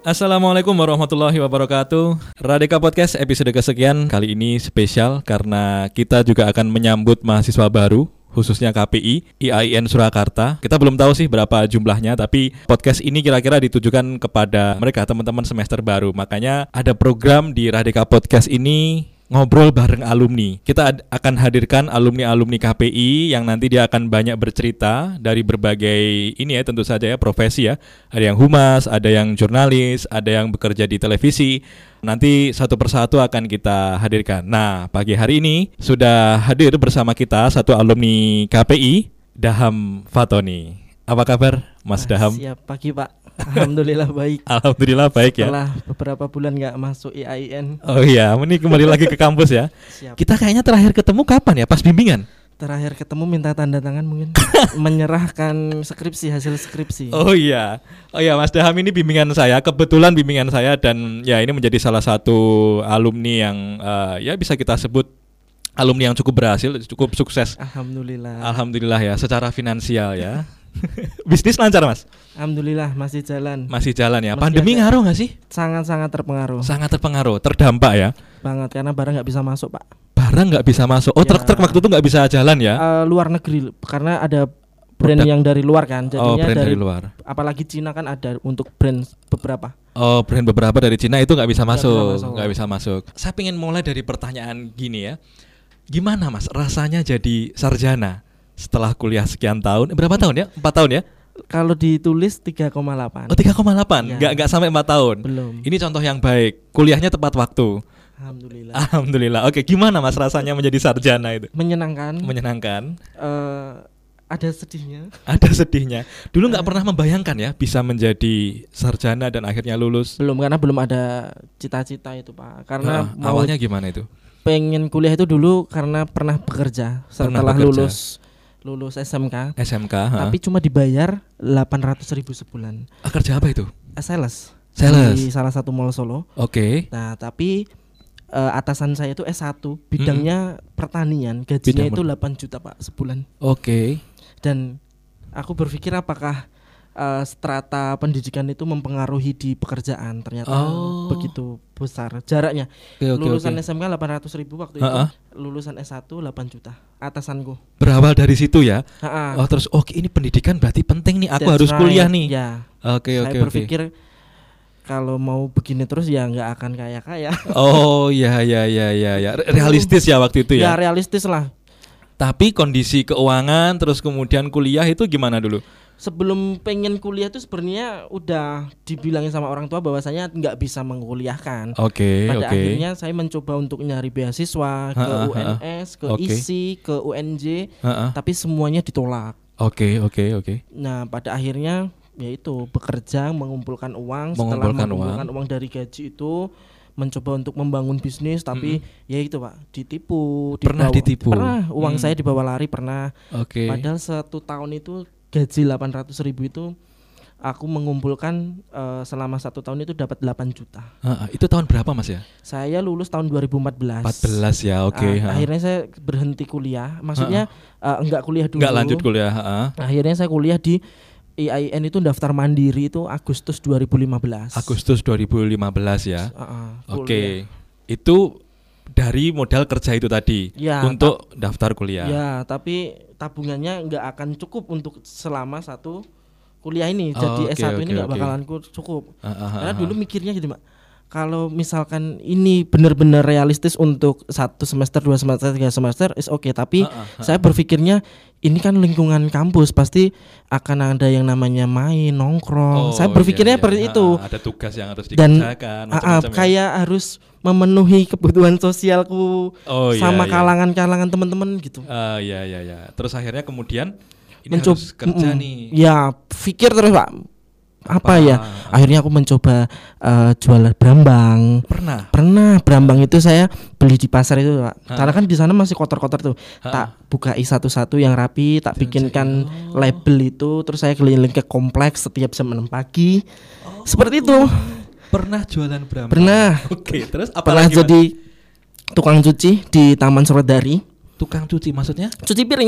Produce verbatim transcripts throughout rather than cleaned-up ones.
Assalamualaikum warahmatullahi wabarakatuh. Radika Podcast episode kesekian kali ini spesial karena kita juga akan menyambut mahasiswa baru, khususnya K P I, I A I N Surakarta. Kita belum tahu sih berapa jumlahnya, tapi podcast ini kira-kira ditujukan kepada mereka, teman-teman semester baru. Makanya ada program di Radika Podcast ini ngobrol bareng alumni. Kita ad- akan hadirkan alumni-alumni K P I yang nanti dia akan banyak bercerita dari berbagai ini ya, tentu saja ya, profesi ya. Ada yang humas, ada yang jurnalis, ada yang bekerja di televisi. Nanti satu persatu akan kita hadirkan. Nah, pagi hari ini sudah hadir bersama kita satu alumni K P I, Daham Fatoni. Apa kabar, Mas ah, Daham? Siap pagi, Pak. Alhamdulillah baik. Alhamdulillah baik ya. Setelah beberapa bulan nggak masuk I A I N. Oh iya, ini kembali lagi ke kampus ya. Siap. Kita kayaknya terakhir ketemu kapan ya? Pas bimbingan? Terakhir ketemu minta tanda tangan mungkin. Menyerahkan skripsi, hasil skripsi. Oh iya. Oh iya, Mas Daham ini bimbingan saya. Kebetulan bimbingan saya dan ya ini menjadi salah satu alumni yang uh, ya bisa kita sebut alumni yang cukup berhasil, cukup sukses. Alhamdulillah. Alhamdulillah ya, secara finansial ya. Bisnis lancar, Mas? Alhamdulillah masih jalan. Masih jalan ya. Masih Pandemi ada. ngaruh nggak sih? Sangat-sangat terpengaruh. Sangat terpengaruh, terdampak ya. Banget karena barang nggak bisa masuk, Pak. Barang nggak bisa masuk. Oh, Ya. truk-truk waktu itu nggak bisa jalan ya? Uh, luar negeri karena ada brand Produk. yang dari luar kan. Oh, Jadinya brand dari dari, luar. apalagi Cina kan ada untuk brand beberapa. Oh, brand beberapa dari Cina itu nggak bisa Nggak masuk, bisa masuk. nggak bisa masuk. Saya pengen mulai dari pertanyaan gini ya. Gimana, Mas, rasanya jadi sarjana setelah kuliah sekian tahun? Eh, berapa tahun ya? Empat tahun ya? Kalau ditulis tiga koma delapan. Oh, tiga koma delapan. Ya. Nggak nggak sampai empat tahun. Belum. Ini contoh yang baik. Kuliahnya tepat waktu. Alhamdulillah. Alhamdulillah. Oke, gimana, Mas, rasanya menjadi sarjana itu? Menyenangkan. Menyenangkan. Eh, ada sedihnya. Ada sedihnya. Dulu nggak pernah membayangkan ya bisa menjadi sarjana dan akhirnya lulus. Belum karena belum ada cita-cita itu, Pak. Karena Heeh, mau awalnya gimana itu? pengen kuliah itu dulu karena pernah bekerja setelah bekerja. lulus lulus S M K. S M K, ha? Tapi cuma dibayar delapan ratus ribu sebulan. Ah, kerja apa itu? Sales. Sales. Di salah satu mall Solo. Oke. Nah, tapi eh, atasan saya itu S satu, bidangnya pertanian, gajinya Bidang itu per- delapan juta, Pak, sebulan. Oke. Dan aku berpikir apakah uh, strata pendidikan itu mempengaruhi di pekerjaan. Ternyata Oh. begitu besar jaraknya. Oke, oke, Lulusan oke. S M K delapan ratus ribu waktu Ha-ha. itu. Lulusan S satu delapan juta atasanku. Berawal dari situ ya. Ha-ha. Oh, terus oke, ini pendidikan berarti penting nih. Aku That's harus right. kuliah nih. Ya. Oke, Saya oke, oke. berpikir kalau mau begini terus ya nggak akan kaya-kaya. Oh, ya ya ya ya ya. Re- Realistis ya waktu itu Ya ya. realistis lah. Tapi kondisi keuangan terus kemudian kuliah itu gimana dulu? Sebelum pengen kuliah tuh sebenarnya udah dibilangin sama orang tua bahwasanya nggak bisa mengkuliahkan. Oke, Pada oke. akhirnya saya mencoba untuk nyari beasiswa ke Ha-ha, U N S, ke Oke. I S I, ke U N J, Ha-ha. tapi semuanya ditolak. Oke, oke, oke. Nah, pada akhirnya yaitu bekerja, mengumpulkan uang. Setelah Mengumpulkan mengumpulkan uang. dari gaji itu, mencoba untuk membangun bisnis, tapi ya itu, Pak, ditipu. Pernah dibawa- ditipu? Pernah, uang Hmm. saya dibawa lari pernah. Oke. Padahal satu tahun itu gaji delapan ratus ribu itu aku mengumpulkan eh, selama satu tahun itu dapat delapan juta. Ha-ha. Itu tahun berapa, Mas ya? Saya lulus tahun dua ribu empat belas. empat belas ya, oke. Ah, ha. akhirnya saya berhenti kuliah. Maksudnya eh, enggak kuliah dulu. Nggak lanjut kuliah, ha-ha. Akhirnya saya kuliah di I A I N itu daftar mandiri itu Agustus dua ribu lima belas. Agustus dua ribu lima belas ya. Ah, ah, Oke. kuliah. Itu dari modal kerja itu tadi Ya, untuk daftar kuliah. Ya, tapi tabungannya enggak akan cukup untuk selama satu kuliah ini. Oh, Jadi oke, S satu ini oke, enggak oke. bakalan ku- cukup. Ah, ah, ah, Karena ah. dulu mikirnya gitu, Mbak. Kalau misalkan ini benar-benar realistis untuk satu semester, dua semester, tiga semester, is oke. Tapi Ah, ah, ah. saya berpikirnya ini kan lingkungan kampus, pasti akan ada yang namanya main, nongkrong. Oh, saya berpikirnya iya, iya. seperti Ah, itu. ada tugas yang harus Dan dikerjakan. ah, ah, macam-macam ya. kayak harus memenuhi kebutuhan sosialku Oh, iya, sama iya. kalangan-kalangan teman-teman gitu. Ah, iya iya ya. Terus akhirnya kemudian ini Mencoba harus kerja mm-mm. nih. Ya, pikir terus, Pak. Apa, Apa? ya? Akhirnya aku mencoba eh, jualan brambang. Pernah. Pernah brambang itu saya beli di pasar itu, Pak. Ha. Karena kan di sana masih kotor-kotor tuh. Ha. Tak bukai satu-satu yang rapi, tak Terus bikinkan jadi- oh. label itu, terus saya keliling ke kompleks setiap jam enam pagi. Oh. Seperti itu. Pernah jualan brambang. Pernah. Oke, terus apa Pernah lagi, Mas? jadi tukang cuci di Taman Suradari. tukang cuci maksudnya? Cuci piring.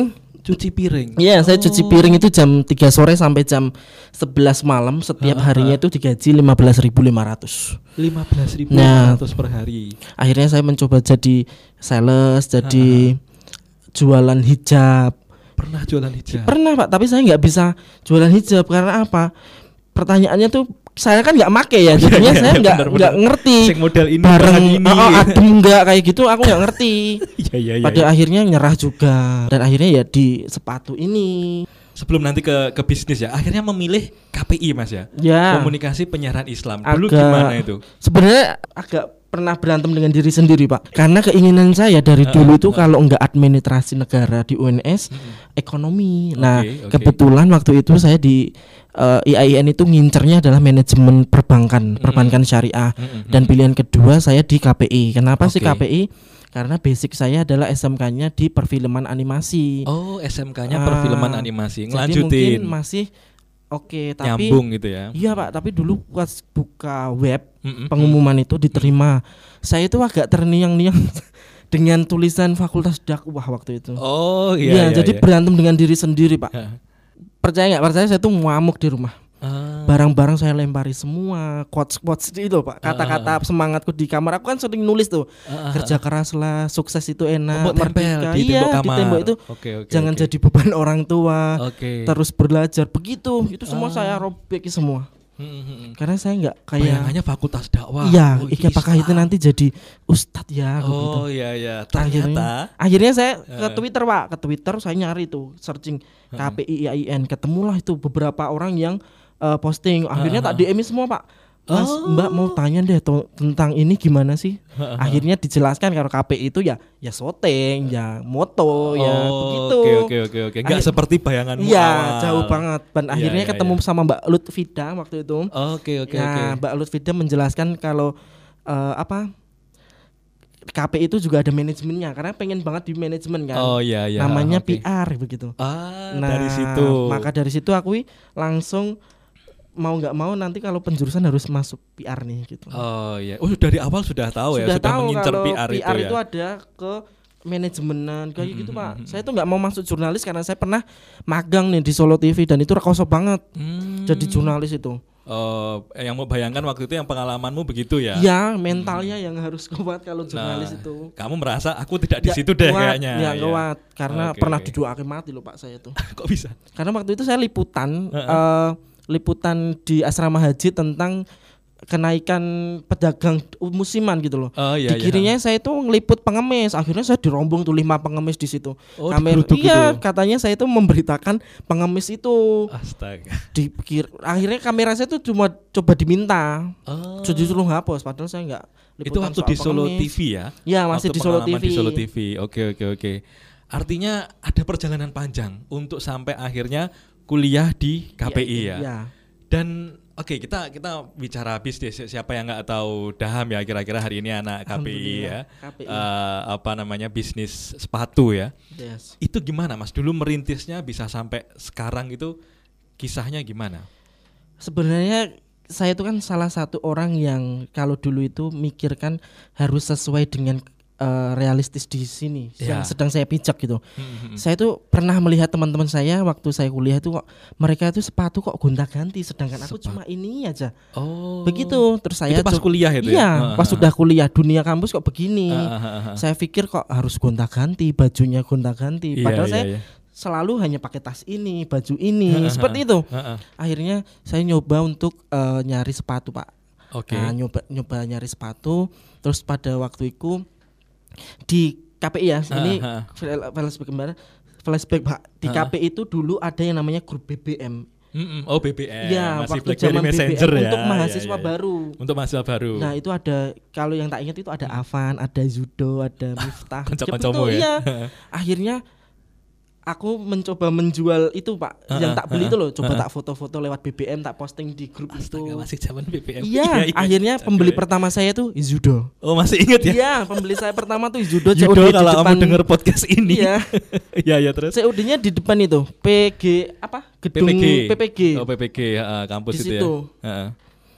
cuci piring. Iya, saya cuci Oh. piring itu jam tiga sore sampai jam sebelas malam. Setiap harinya itu digaji lima belas ribu lima ratus. lima belas ribu Nah. lima ratus per hari. Akhirnya saya mencoba jadi sales, jadi jualan hijab. Pernah jualan hijab? Pernah Pak, tapi saya nggak bisa jualan hijab karena apa? Pertanyaannya tuh saya kan nggak make ya, jadinya iya, saya iya, nggak benar, nggak benar. ngerti Sing model ini bareng bahan ini. oh, adem nggak kayak gitu, aku nggak ngerti. Iya iya iya. Pada iya. akhirnya nyerah juga dan akhirnya ya di sepatu ini. Sebelum nanti ke ke bisnis ya, akhirnya memilih K P I Mas ya. Ya. Komunikasi penyiaran Islam. Dulu Agak- gimana itu? Sebenarnya agak pernah berantem dengan diri sendiri Pak, karena keinginan saya dari dulu itu kalau nggak administrasi negara di U N S, ekonomi. Nah Oke, oke. kebetulan waktu itu saya di uh, I A I N itu ngincernya adalah manajemen perbankan, perbankan syariah. Mm-mm. Dan pilihan kedua saya di K P I. Kenapa sih Oke. K P I? Karena basic saya adalah S M K-nya di perfilman animasi. Oh, S M K-nya Ah, perfilman animasi. Jadi Ngelanjutin. mungkin masih oke, tapi Nyambung gitu ya. iya Pak, tapi dulu pas buka web Mm-mm. pengumuman itu diterima. Saya itu agak terniang-niang dengan tulisan Fakultas Dakwah waktu itu. Oh Iya, iya, iya jadi iya. berantem dengan diri sendiri Pak. Hah. Percaya nggak percaya saya tuh ngamuk di rumah. Ah. Barang-barang saya lempari semua, quotes-quotes itu Pak. Kata-kata semangatku di kamar. Aku kan sering nulis tuh. Ah, ah, Kerja keras lah, sukses itu enak, Tembok tempel merdeka. di Iya, tembok kamar. di tembok itu. Oke, oke, Jangan oke. jadi beban orang tua. Oke. Terus belajar begitu. Itu semua Ah. saya robek semua. Mm, mm, mm. Karena saya nggak kayak Bayangannya fakultas dakwah. iya, Oh, iya, apakah itu Islam. nanti jadi ustadz ya gitu. Oh iya iya. Akhirnya, Ternyata akhirnya saya ke Eh. Twitter Pak, ke Twitter saya nyari tuh searching K P I I A I N, ketemulah itu beberapa orang yang eh, posting. Akhirnya tak D M semua Pak. Mas, Oh. Mbak mau tanya deh to- tentang ini gimana sih? Akhirnya dijelaskan kalau K P I itu ya ya syuting, ya moto, ya begitu. Oke oke oke oke. Enggak Akhir- seperti bayanganmu Iya, awal. jauh banget. Dan Iya, akhirnya iya, ketemu iya. sama Mbak Lutfida waktu itu. Oke oke Nah, oke. Mbak Lutfida menjelaskan kalau eh, apa K P I itu juga ada manajemennya karena pengen banget di manajemen kan. Oh iya iya. Namanya oke. P R begitu. Ah, Nah, dari situ. Maka dari situ aku langsung mau nggak mau nanti kalau penjurusan harus masuk P R nih gitu. Oh iya. Oh dari awal sudah tahu ya, Sudah sudah tahu mengincar kalau P R, itu, ya. itu ada ke manajemenan kayak Mm, gitu mm, Pak. mm, mm. Saya tuh nggak mau masuk jurnalis karena saya pernah magang nih di Solo T V dan itu rekoso banget Hmm. jadi jurnalis itu. Oh, yang mau bayangkan waktu itu yang pengalamanmu begitu ya? Ya, mentalnya yang harus kuat kalau jurnalis Nah, itu. Kamu merasa aku tidak di Nggak situ deh kuat, kayaknya. nggak ya. kuat karena Oke, pernah oke. didoakan mati loh Pak saya tuh. Kok bisa? Karena waktu itu saya liputan Heeh. eh, liputan di asrama haji tentang kenaikan pedagang musiman gitu loh. Oh iya Di kirinya iya. saya itu ngeliput pengemis. Akhirnya saya dirombong tuh lima pengemis di situ. Oh, Kamer- digeruduk iya, gitu? katanya saya itu memberitakan pengemis itu. Astaga. Dipikir akhirnya kamera saya tuh cuma coba diminta. Oh. So, disuruh hapus padahal saya enggak Itu waktu di Solo T V ya? Ya, masih Waktu di Solo T pengalaman V. di Solo T V. Oke oke oke. Artinya ada perjalanan panjang untuk sampai akhirnya kuliah di K P I ya. Iya. Dan oke kita kita bicara bisnis. Siapa yang nggak tahu Daham ya kira-kira hari ini anak K P I ya. K P I. Eh, apa namanya bisnis sepatu ya. Yes. Itu gimana Mas? Dulu merintisnya bisa sampai sekarang itu kisahnya gimana? Sebenarnya saya itu kan salah satu orang yang kalau dulu itu mikirkan harus sesuai dengan eh, realistis di sini Ya. yang sedang saya pijak gitu. Hmm. Saya tuh pernah melihat teman-teman saya waktu saya kuliah itu kok mereka itu sepatu kok gonta-ganti sedangkan aku Sepatu. cuma ini aja. Oh. Begitu. Terus saya Itu pas tuh- kuliah itu ya? Iya, Ah, pas ah, sudah kuliah dunia kampus kok begini. Ah, ah, ah, ah. Saya pikir kok harus gonta-ganti, bajunya gonta-ganti. Iya, Padahal iya, saya iya. selalu hanya pakai tas ini, baju ini, seperti itu. Ah, ah. Akhirnya saya nyoba untuk eh, nyari sepatu Pak. Oke. Nah, nyoba nyoba nyari sepatu. Terus pada waktu itu di K P I ya, ini Ah, ah. flash- flashback kembali, flashback Pak. Di Ah. K P I itu dulu ada yang namanya grup B B M. Mm-mm. Oh B B M. Iya, masih waktu BlackBerry zaman B B M Messenger ya. untuk Iya, mahasiswa iya, iya. baru. Untuk mahasiswa baru. Nah, itu ada kalau yang tak ingat itu ada Avan, ada Zudo, ada Miftah. Konco-koncomu Itu, ya? Iya. Akhirnya aku mencoba menjual itu Pak, yang tak beli itu loh, coba tak foto-foto lewat B B M, tak posting di grup Astaga, itu. masih zaman B B M. Iya, akhirnya pembeli pertama saya tuh Zudo. Oh masih ingat ya? Iya, pembeli saya pertama tuh Zudo C O D Yudo di kalau depan. kamu denger podcast ini. Iya. Iya ya terus. C O D-nya di depan itu. P G apa? Gedung P P G. P P G. Oh P P G ya, kampus Di itu situ. ya. Heeh.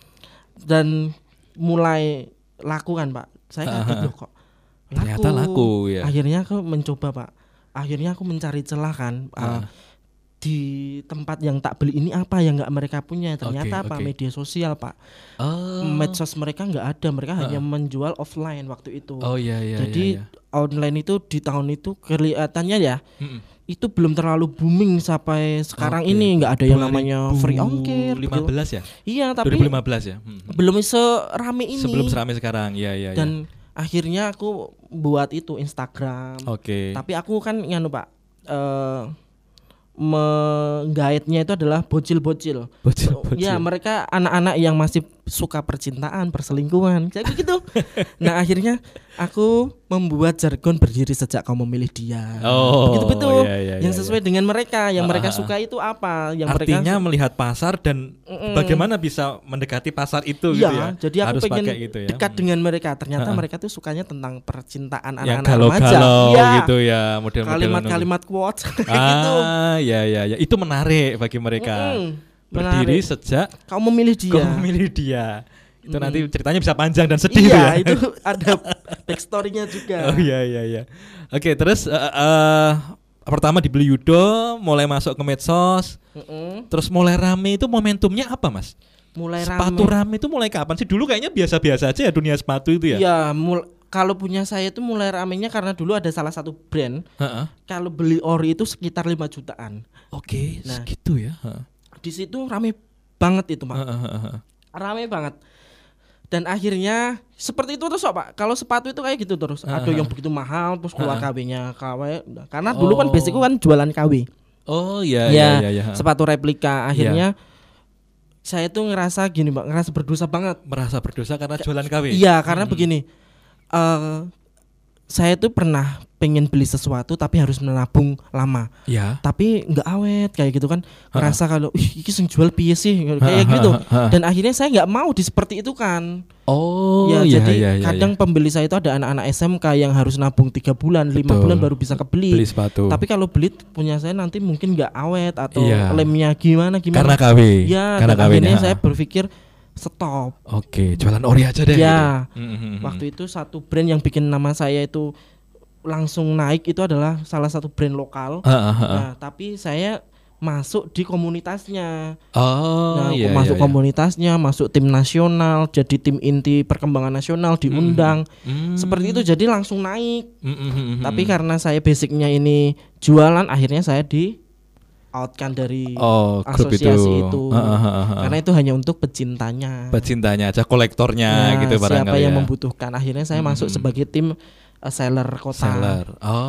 Dan mulai laku kan, Pak. Saya kaget loh kok. Ternyata laku, ya. Akhirnya aku mencoba, Pak. akhirnya aku mencari celah kan. Uh, Ah. di tempat yang tak beli ini apa yang nggak mereka punya, ternyata Oke, apa oke. media sosial Pak. Oh. Medsos mereka nggak ada, mereka Ah. hanya menjual offline waktu itu. Oh iya iya. Jadi iya, iya. online itu di tahun itu kelihatannya ya Mm-mm. itu belum terlalu booming sampai sekarang Oke. ini, nggak ada yang namanya free ongkir. dua ribu lima belas ya? Iya, dua tapi ribu lima belas ya. Hmm. belum serame ini. Sebelum seramai sekarang. Iya iya. Dan akhirnya aku buat itu Instagram. iya. Oke. Tapi aku kan nganu Pak, eh menggait-nya itu adalah bocil-bocil. Bocil-bocil. Ya, mereka anak-anak yang masih suka percintaan, perselingkuhan, kayak gitu. Nah, akhirnya aku membuat jargon berdiri sejak kau memilih dia. Oh, Begitu betul. iya, iya, yang iya, sesuai dengan mereka, yang Ah, mereka ah, ah. suka itu apa? Yang Artinya mereka melihat pasar dan Mm-mm. bagaimana bisa mendekati pasar itu Iya, gitu ya. jadi aku Harus pengen pakai gitu ya. dekat Hmm. dengan mereka. Ternyata Ah, ah. mereka tuh sukanya tentang percintaan Ya anak-anak remaja. galau-galau Iya. gitu ya, model-model Kalimat-kalimat quotes kayak Ah, gitu. ya ya ya. Itu menarik bagi mereka. Mm-mm. Berdiri Menarik. sejak Kau memilih dia. kau memilih dia. Itu Mm-mm. nanti ceritanya bisa panjang dan sedih Iya, ya. itu ada backstory-nya juga. Oh iya iya iya. Oke, terus eh, eh, pertama dibeli Yudo, mulai masuk ke medsos, Mm-mm. terus mulai rame itu momentumnya apa, Mas? Mulai Sepatu rame. rame itu mulai kapan sih? Dulu kayaknya biasa-biasa aja ya dunia sepatu itu ya. Iya, mul- kalau punya saya itu mulai ramenya karena dulu ada salah satu brand, Heeh. kalau beli ori itu sekitar lima jutaan. Oke, Nah. segitu ya. Heeh. Di situ rame banget itu, Pak. Heeh, heeh, heeh. Rame banget. Dan akhirnya seperti itu terus Pak. Kalau sepatu itu kayak gitu terus. Ada yang begitu mahal terus keluar Ah. K W-nya K W. Karena dulu kan Oh. basicku kan jualan K W. Oh iya Ya, iya iya. iya. sepatu replika. Akhirnya saya tuh ngerasa gini, Pak, ngerasa berdosa banget. Merasa berdosa karena jualan K W. Iya, karena Hmm. begini. eh saya tuh pernah pengen beli sesuatu tapi harus menabung lama. Iya. Tapi nggak awet kayak gitu kan. Ha-ha. Ngerasa kalau ih iki sing jual piye sih kayak Ha-ha, gitu. ha-ha. Dan akhirnya saya nggak mau di seperti itu kan. Oh ya, iya jadi iya iya. kadang pembeli saya itu ada anak-anak S M K yang harus nabung tiga bulan, lima Betul. bulan baru bisa kebeli. beli sepatu. Tapi kalau beli punya saya nanti mungkin nggak awet atau Iya. lemnya gimana gimana. karena K W. Ya, karena dan K W-nya. akhirnya saya berpikir stop. Oke, jualan ori aja deh. Ya. gitu. Mhm. Waktu itu satu brand yang bikin nama saya itu langsung naik itu adalah salah satu brand lokal. Ah, ah, ah, ah. Nah, tapi saya masuk di komunitasnya. Oh Nah, iya aku masuk iya, iya. komunitasnya, masuk tim nasional, jadi tim inti perkembangan nasional diundang. Hmm. Seperti itu jadi langsung naik. Mm, mm, mm, mm. Tapi karena saya basicnya ini jualan, akhirnya saya di outkan dari oh, grup asosiasi itu. Ah, ah, ah, ah. Karena itu hanya untuk pecintanya. pecintanya aja, kolektornya Nah, gitu barangkali siapa yang ya. membutuhkan. Akhirnya saya Hmm. masuk sebagai tim uh, seller kota. Seller.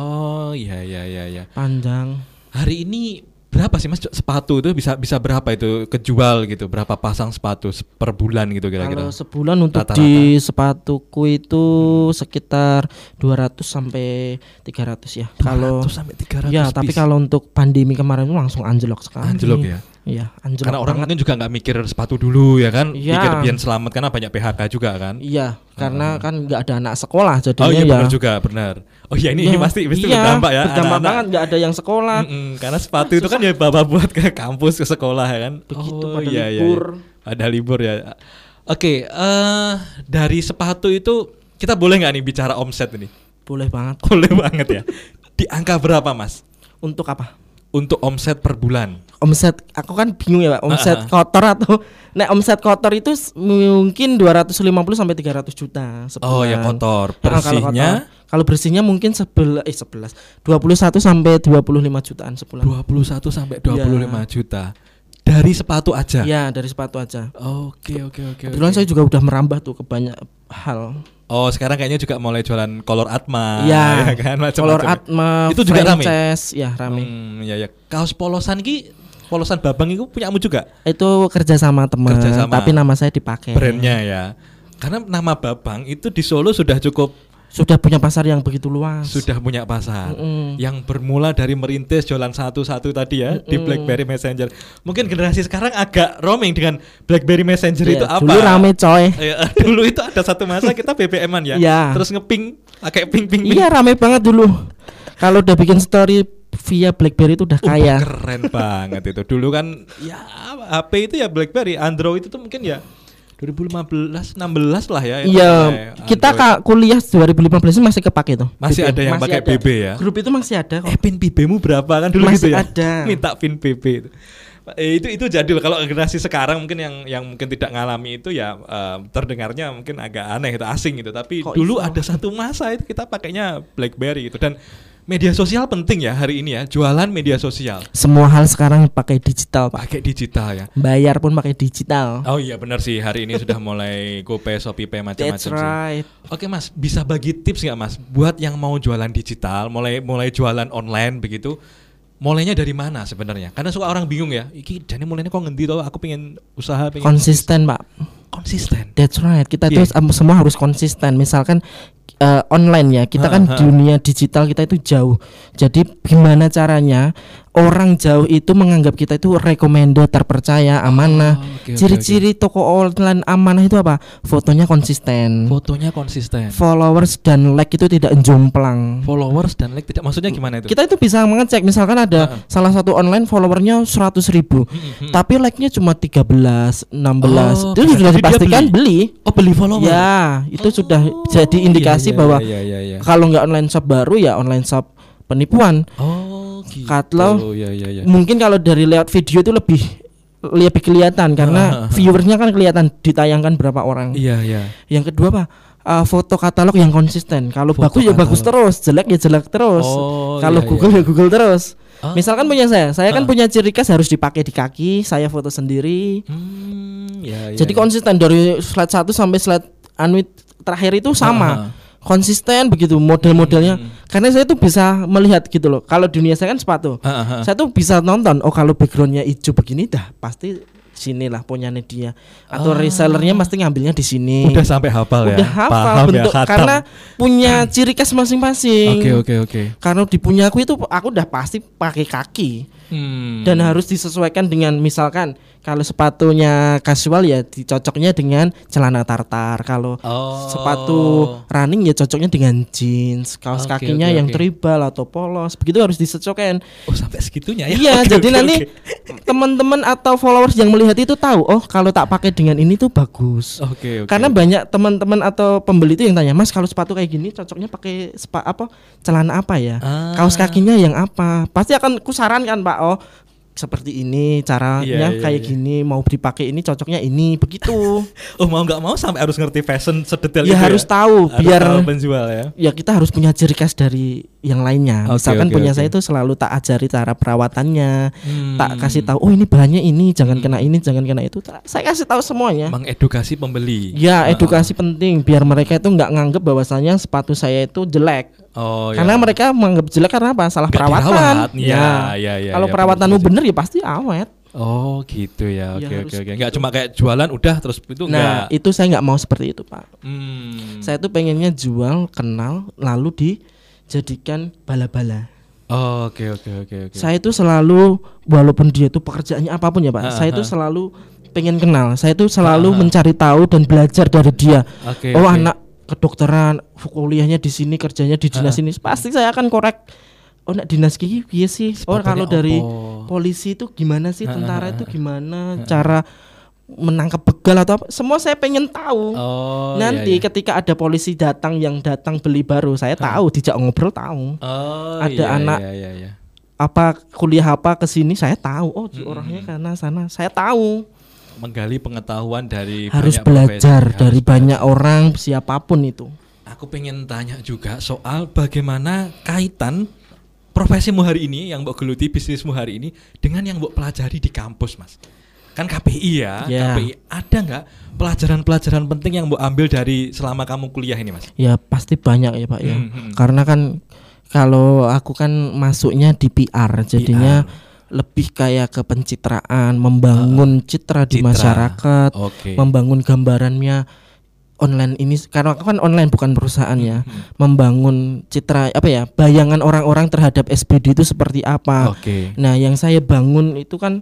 Oh iya iya iya iya. Panjang. Hari ini berapa sih Mas sepatu itu bisa bisa berapa itu kejual gitu? Berapa pasang sepatu se- per bulan gitu kira-kira? Kalau sebulan untuk Rata-rata. di sepatuku itu sekitar dua ratus sampai tiga ratus ya. Kalau dua ratus sampai tiga ratus ya, tapi piece. kalau untuk pandemi kemarin itu langsung anjlok sekali. Anjlok ya. Iya, anjlok. Karena orang banget. mungkin juga nggak mikir sepatu dulu ya kan, Iya. pikir biar selamat karena banyak P H K juga kan. Iya, karena kan nggak ada anak sekolah jadinya Oh iya ya. benar juga, benar. Oh iya ini, Iya, ini pasti pasti iya, berdampak ya. Berdampak anak-anak. banget, nggak ada yang sekolah. Mm-mm, karena sepatu itu kan ya bawa buat ke kampus ke sekolah ya kan. Begitu oh, pada iya, iya, libur. iya. Ada libur ya. Oke, eh dari sepatu itu kita boleh nggak nih bicara omset ini? Boleh banget. Boleh banget ya. Di angka berapa Mas? Untuk apa? Untuk omset per bulan? Omset, aku kan bingung ya Pak, omset Ah, ah. kotor atau nek omset kotor itu s- mungkin dua ratus lima puluh sampai tiga ratus juta sebulan. Oh ya kotor. Nah, kalau Bersihnya kotor. Kalau bersihnya mungkin sebelas eh sebelas dua puluh satu sampai dua puluh lima jutaan sebulan. dua puluh satu sampai dua puluh lima Ya. juta. Dari sepatu aja. Ya, dari sepatu aja. Oke oke oke. Kebetulan oke. saya juga udah merambah tuh ke banyak hal. Oh sekarang kayaknya juga mulai jualan kolor Atma. Ya, ya kan macam-macam. Color Atma, Itu juga rame? franchise, ya rame. Hmm, ya ya. Kaos polosan ki, polosan Babang itu punyamu juga? Itu kerja sama teman, Kerja sama. tapi nama saya dipakai. Brandnya ya. Karena nama Babang itu di Solo sudah cukup, Sudah punya pasar yang begitu luas. sudah punya pasar. Mm-mm. Yang bermula dari merintis jualan satu-satu tadi ya di Mm-mm. BlackBerry Messenger. Mungkin generasi sekarang agak roaming dengan BlackBerry Messenger Iya, itu apa? Dulu rame coy. Ya, dulu itu ada satu masa kita B B M-an ya. Iya. Terus ngeping pakai ping ping ping. Iya rame banget dulu. Kalau udah bikin story via BlackBerry itu udah Uh, kaya. keren banget itu. Dulu kan ya H P itu ya BlackBerry, Android itu mungkin ya dua ribu lima belas enam belas lah ya. Iya, kita kak kuliah dua ribu lima belas masih kepake tuh. Masih B B. ada yang Masih pakai ada. B B ya. Grup itu masih ada kok. Eh pin B B-mu berapa kan dulu Masih gitu ya? ada. Minta pin B B itu. Eh, itu itu jadul. Kalau generasi sekarang mungkin yang yang mungkin tidak ngalami itu ya uh, terdengarnya mungkin agak aneh itu asing gitu. Tapi Kok dulu iso? ada satu masa itu kita pakainya BlackBerry gitu dan media sosial penting ya hari ini ya, jualan media sosial. Semua hal sekarang pakai digital, Pak. Pakai digital ya. Bayar pun pakai digital. Oh iya benar sih, hari ini sudah mulai GoPay, ShopeePay macam-macam That's sih. right. Oke Mas, bisa bagi tips nggak Mas buat yang mau jualan digital, mulai mulai jualan online begitu? Mulainya dari mana sebenarnya? Karena suka orang bingung ya. Iki jadi mulainya kok ngendi toh? Aku pengen usaha, pengen Konsisten, Pak. konsisten. That's right. Kita Yeah. itu um, semua harus konsisten. Misalkan uh, online ya, kita Ha, kan ha. dunia digital kita itu jauh. Jadi gimana caranya orang jauh itu menganggap kita itu recommended, terpercaya, amanah. Oh, oke, oke, Ciri-ciri toko online amanah itu apa? Fotonya konsisten. Fotonya konsisten. Followers dan like itu tidak jomplang. Followers dan like tidak, maksudnya gimana itu? Kita itu bisa mengecek, misalkan ada Ha. salah satu online followernya seratus ribu, Hmm, hmm. tapi like-nya cuma tiga belas, enam belas. Oh, Itu oke. sudah Jadi dia dipastikan beli. beli. Oh beli follower. Ya, itu Oh, sudah jadi indikasi iya, iya, bahwa iya, iya, iya. kalau nggak online shop baru ya online shop penipuan. Oh gitu. Kalau iya, iya, iya. mungkin kalau dari lewat video itu lebih lebih kelihatan karena Ha, ha, ha. viewersnya kan kelihatan ditayangkan berapa orang. Iya, iya. Yang kedua apa? Uh, foto katalog yang konsisten. Kalau Foto bagus ya bagus katalog. terus, jelek ya jelek terus. Oh, Kalau iya, Google iya. ya Google terus. Oh. Misalkan punya saya, saya kan Ha. punya ciri khas harus dipakai di kaki, saya foto sendiri. Hmm, iya, iya, Jadi iya. konsisten dari slide satu sampai slide anu terakhir itu sama. Ha, ha. Konsisten begitu model-modelnya. Hmm. Karena saya tuh bisa melihat gitu loh. Kalau dunia saya kan sepatu. Ha, ha, ha. Saya tuh bisa nonton, oh kalau backgroundnya hijau begini dah pasti sinilah punyanya dia. Atau Ah. resellernya pasti ngambilnya di sini. Udah sampai hafal ya. Udah hafal Paham bentuk ya, khatam. karena punya ciri khas masing-masing. Oke, oke, oke. Karena di punya aku itu aku udah pasti pakai kaki. Hmm. Dan harus disesuaikan dengan misalkan kalau sepatunya casual ya dicocoknya dengan celana tartar. Kalau Oh. sepatu running ya cocoknya dengan jeans. Kaos Oke, kakinya oke, yang oke. tribal atau polos. Begitu harus disesuaikan. Oh sampai segitunya ya. Iya, Oke, jadi oke, nanti oke. teman-teman atau followers yang melihat itu tahu, oh kalau tak pakai dengan ini tuh bagus. Oke, oke. Karena banyak teman-teman atau pembeli itu yang tanya, "Mas, kalau sepatu kayak gini cocoknya pakai sepa apa? Celana apa ya? Ah. Kaos kakinya yang apa?" Pasti akan kusarankan, Pak. Oh, seperti ini caranya Iya, iya, kayak iya. gini, mau dipakai ini cocoknya ini, begitu. Oh mau nggak mau sampai harus ngerti fashion sedetail Ya itu harus ya? tahu Harus biar tahu penjual ya. ya kita harus punya ciri khas dari yang lainnya. Oke, Misalkan oke, punya oke. saya itu selalu tak ajari cara perawatannya, Hmm. tak kasih tahu, oh ini bahannya ini, jangan kena ini, jangan kena itu. Tak- Saya kasih tahu semuanya. Mengedukasi pembeli. Ya, Ah, edukasi penting biar mereka itu nggak nganggep bahwasanya sepatu saya itu jelek. Oh, Karena ya. mereka menganggap jelek karena apa? Salah Nggak perawatan. dirawat. Ya, ya, ya, Kalau ya, perawatanmu benar, benar. bener ya pasti awet. Oh gitu ya. Oke, Ya, oke, harus oke. Nggak cuma kayak jualan udah terus itu Nah, enggak. itu saya nggak mau seperti itu, Pak. Hmm. Saya tuh pengennya jual, kenal, lalu dijadikan bala-bala. Oh, oke, oke, oke, oke. Saya itu selalu walaupun dia itu pekerjaannya apapun ya, Pak. Ah, saya itu ah. selalu pengen kenal. Saya itu selalu Ah, ah. mencari tahu dan belajar dari dia. Oke, Oh, oke. anak kedokteran, kuliahnya di sini, kerjanya di dinas Ah. ini. Pasti saya akan korek. Oh, nak dinas gigi piye sih? Oh, Sepatunya kalau dari opo? polisi itu gimana sih? Ah, Tentara ah, itu ah. gimana cara menangkap begal atau apa? Semua saya pengen tahu. Oh, Nanti iya, iya. ketika ada polisi datang yang datang beli baru, saya tahu, dijak ngobrol tahu. Oh, ada iya, anak iya, iya, iya. Apa kuliah apa ke sini saya tahu. Oh, Mm-mm. orangnya karena sana. Saya tahu. Menggali pengetahuan dari Harus banyak belajar profesi. dari Harus banyak orang siapapun itu. Aku pengen tanya juga soal bagaimana kaitan profesimu hari ini yang mbok geluti, bisnismu hari ini dengan yang mbok pelajari di kampus, Mas. Kan K P I ya, Ya. K P I. Ada nggak pelajaran-pelajaran penting yang mbok ambil dari selama kamu kuliah ini, Mas? Ya pasti banyak ya, Pak ya. Hmm, hmm. Karena kan kalau aku kan masuknya di P R, jadinya lebih kayak ke pencitraan, membangun citra di citra. masyarakat, Oke. membangun gambarannya online ini karena aku kan online bukan perusahaan ya. Hmm. Membangun citra apa ya? Bayangan orang-orang terhadap S B D itu seperti apa. Oke. Nah, yang saya bangun itu kan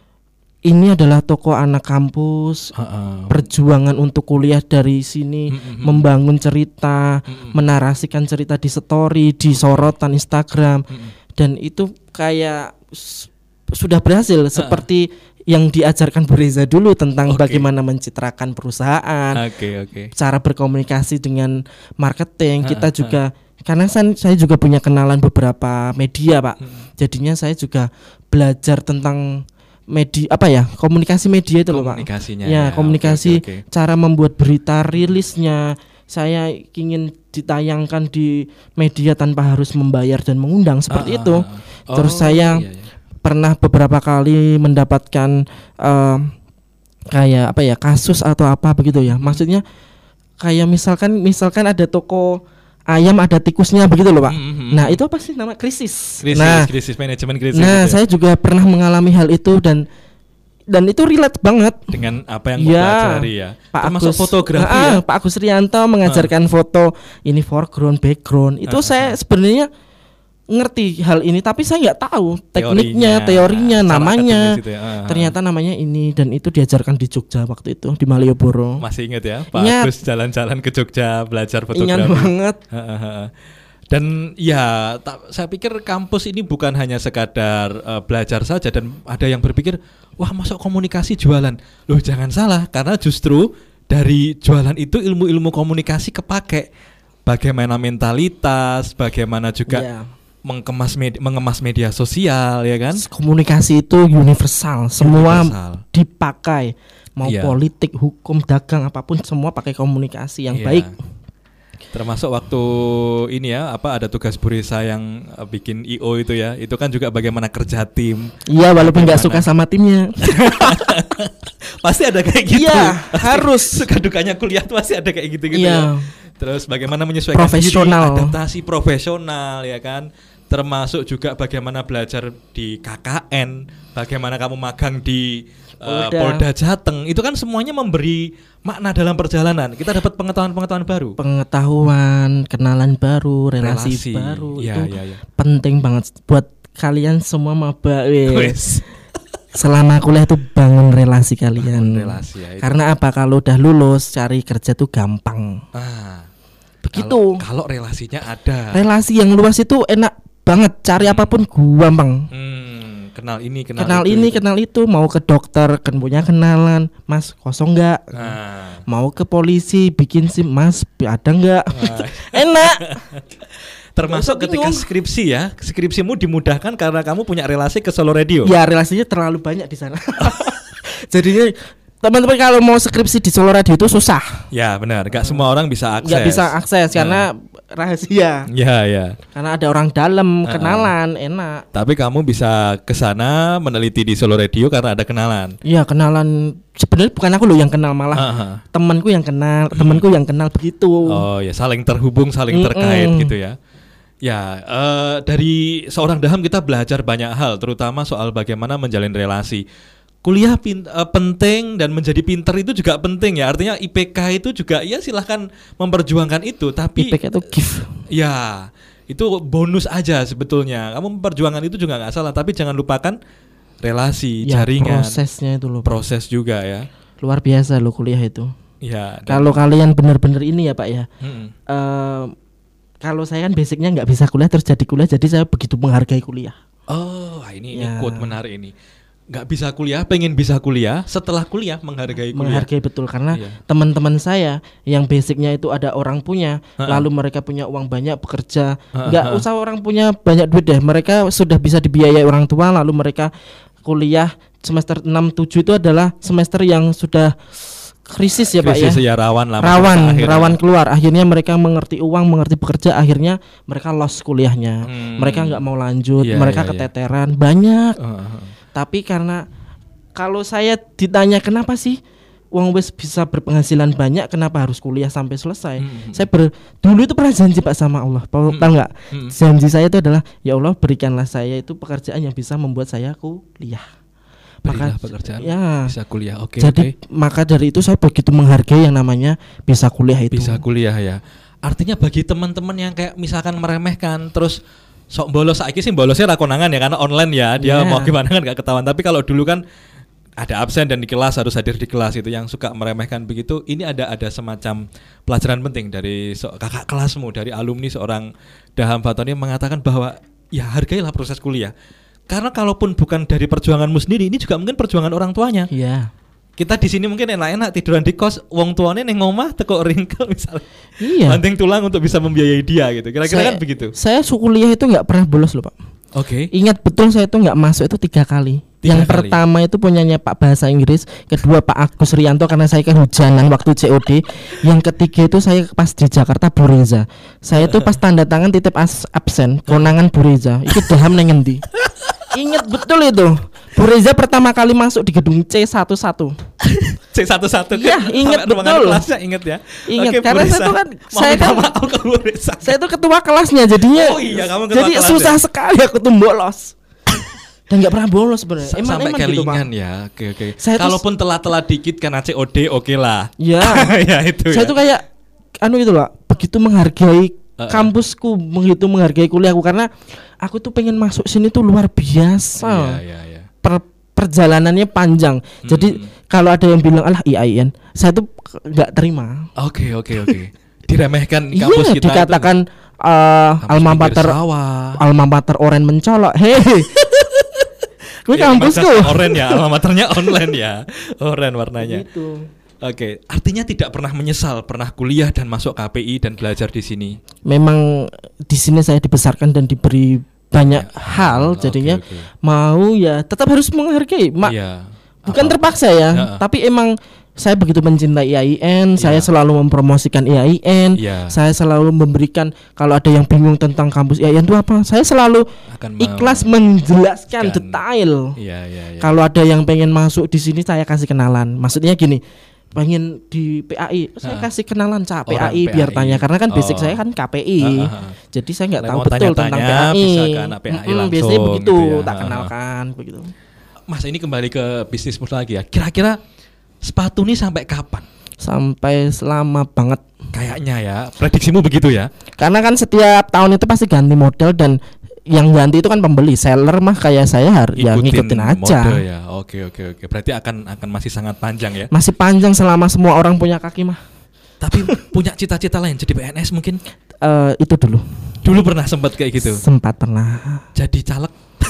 ini adalah toko anak kampus, Heeh. perjuangan untuk kuliah dari sini, Mm-mm. membangun cerita, Mm-mm. menarasikan cerita di story, di sorotan Instagram, Mm-mm. dan itu kayak s- sudah berhasil seperti yang diajarkan Bu Reza dulu tentang Oke. bagaimana mencitrakan perusahaan, Oke, oke. cara berkomunikasi dengan marketing. Ha, Kita ha. juga karena saya, saya juga punya kenalan beberapa media, Pak. Hmm. Jadinya saya juga belajar tentang media apa ya, komunikasi media itu loh, Pak. Komunikasinya. Ya, komunikasi, oke, oke, oke. cara membuat berita, rilisnya. Saya ingin ditayangkan di media tanpa harus membayar dan mengundang seperti Ah, itu. ah, ah. Terus Oh, saya iya, iya. pernah beberapa kali mendapatkan em, kayak apa ya, kasus atau apa begitu ya. Maksudnya kayak misalkan misalkan ada toko ayam ada tikusnya begitu loh, Pak. Hmm, hmm, Nah, hmm. itu apa sih nama krisis. krisis, Nah, krisis manajemen krisis. nah gitu ya. saya juga pernah mengalami hal itu dan dan itu relate banget. Dengan apa yang Ya, mau pelajari ya. Pak Termasuk Agus, fotografi Ah, ya. Pak Agus Rianto mengajarkan foto ini foreground, background. Itu Ah, saya sebenarnya ngerti hal ini, tapi saya nggak tahu tekniknya, Teorinya, teorinya, cara namanya. akademis itu ya. Ah, ah. Ternyata namanya ini dan itu diajarkan di Jogja waktu itu di Malioboro. Masih ingat ya, Pak Ingat. Agus jalan-jalan ke Jogja belajar fotografi. Ingat banget. Ha, ha, ha. Dan ya, tak, saya pikir kampus ini bukan hanya sekadar eh, belajar saja dan ada yang berpikir, wah masuk komunikasi jualan. Loh jangan salah, karena justru dari jualan itu ilmu-ilmu komunikasi kepake. Bagaimana mentalitas, bagaimana juga Ya. mengemas media, mengemas media sosial, ya kan? Komunikasi itu universal, semua Universal. dipakai. Mau Iya. politik, hukum, dagang apapun semua pakai komunikasi yang Iya. baik. Termasuk waktu ini ya, apa ada tugas Bu Reza yang eh, bikin I O itu ya, itu kan juga bagaimana kerja tim. Iya, walaupun nggak Bagaimana? suka sama timnya. Pasti ada kayak gitu. Iya, Pasti harus. suka dukanya kuliah tuh pasti ada kayak gitu-gitu Iya. ya. Terus bagaimana menyesuaikan Profesional. diri, adaptasi profesional ya kan. Termasuk juga bagaimana belajar di K K N, bagaimana kamu magang di eh, Polda. Polda Jateng. Itu kan semuanya memberi makna dalam perjalanan. Kita dapat pengetahuan-pengetahuan baru. Pengetahuan, kenalan baru, relasi, Relasi. baru Iya, itu iya, iya. penting banget buat kalian semua maba. weh. Wes. Selama kuliah itu bangun relasi kalian. Relasi ya. itu. Karena apa? Kalau udah lulus cari kerja tuh gampang. Ah, Begitu. Kalau, kalau relasinya ada. Relasi yang luas itu enak banget. Cari apapun gampang. Hmm, kenal ini, kenal, Kenal itu, ini, itu. kenal itu. Mau ke dokter kan punya kenalan. Mas kosong nggak? Nah, Mau ke polisi bikin SIM. Mas ada nggak? nah. Enak. Termasuk Nggak usah ketika bingung. skripsi ya, skripsimu dimudahkan karena kamu punya relasi ke Solo Radio. Ya relasinya terlalu banyak di sana. Jadinya teman-teman kalau mau skripsi di Solo Radio itu susah. Ya benar, gak semua orang bisa akses. Nggak bisa akses Ya. karena rahasia. Ya ya. Karena ada orang dalam Ah. kenalan enak. Tapi kamu bisa ke sana meneliti di Solo Radio karena ada kenalan. Iya kenalan sebenarnya bukan aku loh yang kenal malah Ah, ah. temanku yang kenal temanku yang kenal begitu. Oh ya, saling terhubung, saling Mm-mm. terkait gitu ya. Ya, eh, dari seorang daham kita belajar banyak hal, terutama soal bagaimana menjalin relasi. Kuliah pin- eh, penting dan menjadi pinter itu juga penting ya. Artinya I P K itu juga ya silahkan memperjuangkan itu, tapi I P K itu gift. ya itu bonus aja sebetulnya. Kamu memperjuangkan itu juga nggak salah, tapi jangan lupakan relasi, Ya, jaringan, prosesnya itu loh. Pak. proses juga ya. Luar biasa loh kuliah itu. Ya. dan- Kalau kalian benar-benar ini ya Pak ya. Mm-mm. eh, kalau saya kan basicnya nggak bisa kuliah terus jadi kuliah, jadi saya begitu menghargai kuliah. Oh, ini, ini Ya. quote menarik ini. Nggak bisa kuliah, pengen bisa kuliah. Setelah kuliah menghargai kuliah. Menghargai betul karena Iya. teman-teman saya yang basicnya itu ada orang punya, Ha-ha. lalu mereka punya uang banyak bekerja, Ha-ha. nggak usah orang punya banyak duit deh, mereka sudah bisa dibiayai orang tua, lalu mereka kuliah semester enam tujuh itu adalah semester yang sudah krisis ya Pak ya. Krisis ya rawan lah. Rawan, masa akhirnya. rawan keluar. Akhirnya mereka mengerti uang, mengerti bekerja. Akhirnya mereka lost kuliahnya. Hmm. Mereka nggak mau lanjut. Iya, mereka iya, iya. keteteran banyak. Uh, uh, uh. Tapi karena kalau saya ditanya kenapa sih uang wes bisa berpenghasilan banyak, kenapa harus kuliah sampai selesai? Hmm. Saya ber, dulu itu pernah janji Pak sama Allah. Tahu Hmm. tahu nggak? Hmm. Janji saya itu adalah ya Allah berikanlah saya itu pekerjaan yang bisa membuat saya kuliah. Berilah Maka- pekerjaan ya. bisa kuliah. Oke, Jadi oke. maka dari itu saya begitu menghargai yang namanya bisa kuliah itu. Bisa kuliah ya. Artinya bagi teman-teman yang kayak misalkan meremehkan terus sok bolos, saiki sih bolosnya ra konangan ya karena online ya. Dia Iya. mau gimana kan gak ketahuan. Tapi kalau dulu kan ada absen dan di kelas harus hadir di kelas, itu yang suka meremehkan begitu. Ini ada ada semacam pelajaran penting dari so- kakak kelasmu, dari alumni seorang Daham Fatoni yang mengatakan bahwa ya hargailah proses kuliah. Karena kalaupun bukan dari perjuanganmu sendiri, ini juga mungkin perjuangan orang tuanya. Iya. Kita di sini mungkin enak-enak tiduran di kos, wong tuane ning omah teko ringkel misalnya. Iya. Banting tulang untuk bisa membiayai dia gitu. Kira-kira Saya- kan begitu. Saya kuliah itu nggak pernah bolos loh Pak. Oke. Ingat betul saya itu nggak masuk itu tiga kali. Tiga Yang kali. pertama itu punyanya Pak Bahasa Inggris, kedua Pak Agus Rianto karena saya kehujanan waktu C O D. Yang ketiga itu saya pas di Jakarta Bu Reza. Saya itu pas tanda tangan titip as- absen, konangan Bu Reza. Itu Daham neng endi. Ingat betul itu. Bu Reza pertama kali masuk di gedung C satu satu. C satu satu Iya, ingat ruangan betul. kelasnya ingat ya. Ingat, Oke, karena Bu saya Reza. tuh kan- Mau saya minta kan- maaf ke Bu Reza. Saya itu ketua kelasnya jadinya. Oh iya, kamu ketua jadi kelas susah ya? sekali aku tuh bolos. Dan nggak pernah bolos sebenarnya. S- Emang sampai emang gitu, Pak. kelingan ya. Oke oke. Saya tuh- Kalaupun telat-telat dikit karena C O D oke lah. Ya. Ya itu Saya ya. tuh kayak anu gitu loh, begitu menghargai Uh-uh. kampusku, begitu menghargai kuliahku karena aku tuh pengen masuk sini tuh luar biasa. Iya iya iya. Per- perjalanannya panjang. Jadi Hmm. kalau ada yang bilang alah I A I N, saya tuh nggak terima. Oke oke oke. Diremehkan Iya, kampus kita dikatakan itu uh, kampus alma pinggir mater sawah. alma mater oren mencolok. Hei. Gue Ya, kampusku. masa oren ya, alma maternya online ya. Oren warnanya. Gitu. Oke, artinya tidak pernah menyesal pernah kuliah dan masuk K P I dan belajar di sini. Memang di sini saya dibesarkan dan diberi banyak hal, Oke, jadinya oke. mau ya tetap harus menghargai. Ma- Iya. bukan Apa- terpaksa ya, Ya. tapi emang saya begitu mencintai I A I N, saya Ya. selalu mempromosikan I A I N, Iya. saya selalu memberikan kalau ada yang bingung tentang kampus I A I N itu apa, saya selalu Akan mau. ikhlas menjelaskan Jelaskan. detail. Iya iya iya. Kalau ada yang pengen masuk di sini saya kasih kenalan. Maksudnya gini, pengen di P A I, saya Ah. kasih kenalan Cak P A Orang I biar P A I. tanya karena kan basic Oh. saya kan K P I. Ah, ah, ah. Jadi saya nggak Kalau tahu mau betul tentang P A tanya-tanya, I. bisa ke anak P A I Mm-mm, langsung biasanya begitu, gitu ya. tak Ah, ah. kenalkan begitu. Mas ini kembali ke bisnismu lagi ya. Kira-kira sepatu ini sampai kapan? Sampai selama banget. Kayaknya ya. Prediksimu begitu ya. Karena kan setiap tahun itu pasti ganti model dan yang ganti itu kan pembeli, seller mah kayak saya harus ya ngikutin aja. mode ya. Oke oke oke. Berarti akan akan masih sangat panjang ya. Masih panjang selama semua orang punya kaki mah. Tapi punya cita-cita lain jadi P N S mungkin. Eh, itu dulu. Dulu pernah sempat kayak gitu. Sempat pernah. Jadi caleg.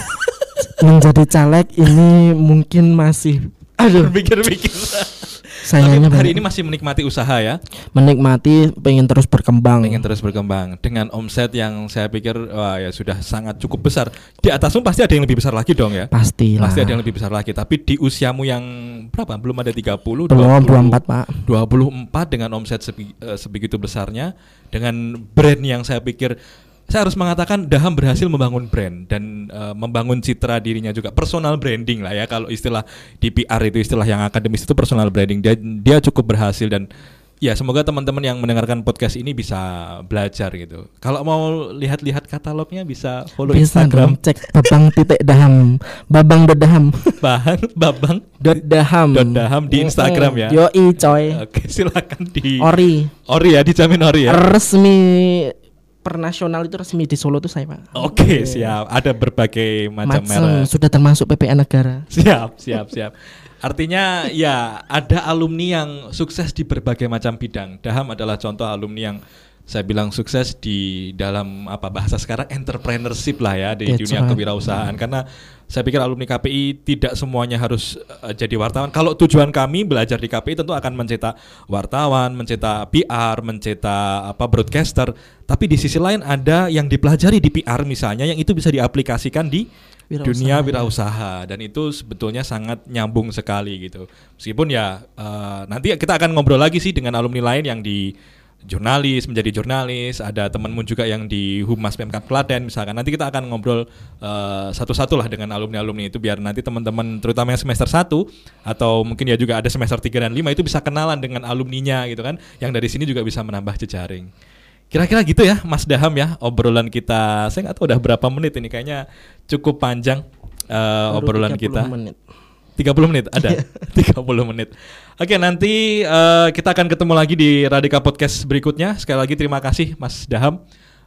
Menjadi caleg ini mungkin masih aduh Pikir-pikir. sayangnya Tapi hari banyak. ini masih menikmati usaha ya. Menikmati, pengen terus berkembang. Pengen terus berkembang dengan omset yang saya pikir wah ya sudah sangat cukup besar. Di atasmu pasti ada yang lebih besar lagi dong ya. Pastilah. Pasti ada yang lebih besar lagi. Tapi di usiamu yang berapa? Belum ada tiga puluh, Belum dua puluh, dua puluh empat, Pak. dua puluh empat dengan omset sebi- eh, sebegitu besarnya, dengan brand yang saya pikir saya harus mengatakan Daham berhasil membangun brand dan eh, membangun citra dirinya juga, personal branding lah ya, kalau istilah di P R itu, istilah yang akademis itu personal branding. Dia dia cukup berhasil dan ya semoga teman-teman yang mendengarkan podcast ini bisa belajar gitu. Kalau mau lihat-lihat katalognya bisa follow Bisa Instagram dong, cek babang titik daham, babang dot daham, Bahan Babang dot daham, Dot daham di Instagram ya. Yoi coy, Oke, silakan di ori, Ori ya, dijamin Ori ya. resmi pernasional itu resmi di Solo tuh saya Pak. Oke, siap. Ada berbagai macam Macam merek. sudah termasuk P P N negara. Siap, siap, siap. Artinya ya ada alumni yang sukses di berbagai macam bidang. Daham adalah contoh alumni yang saya bilang sukses di dalam apa bahasa sekarang entrepreneurship lah ya, di That's dunia right. kewirausahaan. Karena saya pikir alumni K P I tidak semuanya harus uh, jadi wartawan. Kalau tujuan kami belajar di K P I tentu akan mencetak wartawan, mencetak P R, mencetak apa broadcaster. Tapi di sisi lain ada yang dipelajari di P R misalnya yang itu bisa diaplikasikan di Wirausaha, dunia ya. wirausaha, dan itu sebetulnya sangat nyambung sekali gitu. Meskipun ya uh, nanti kita akan ngobrol lagi sih dengan alumni lain yang di jurnalis, menjadi jurnalis, ada temanmu juga yang di Humas Pemkab Klaten misalkan. Nanti kita akan ngobrol uh, satu-satu lah dengan alumni-alumni itu biar nanti teman-teman terutama yang semester satu atau mungkin ya juga ada semester tiga dan lima itu bisa kenalan dengan alumninya gitu kan. Yang dari sini juga bisa menambah jejaring. Kira-kira gitu ya Mas Daham ya obrolan kita. Saya nggak tahu udah berapa menit ini, kayaknya cukup panjang uh, Baru obrolan tiga puluh kita. menit. tiga puluh menit ada. tiga puluh menit. Oke, nanti uh, kita akan ketemu lagi di Radika Podcast berikutnya. Sekali lagi terima kasih Mas Daham.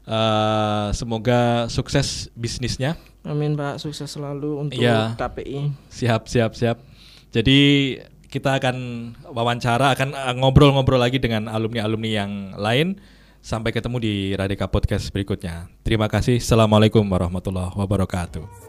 Uh, semoga sukses bisnisnya. Amin Pak, sukses selalu untuk Iya. K P I. Siap, siap, siap. Jadi kita akan wawancara, akan uh, ngobrol-ngobrol lagi dengan alumni-alumni yang lain. Sampai ketemu di Radika Podcast berikutnya. Terima kasih. Assalamualaikum warahmatullahi wabarakatuh.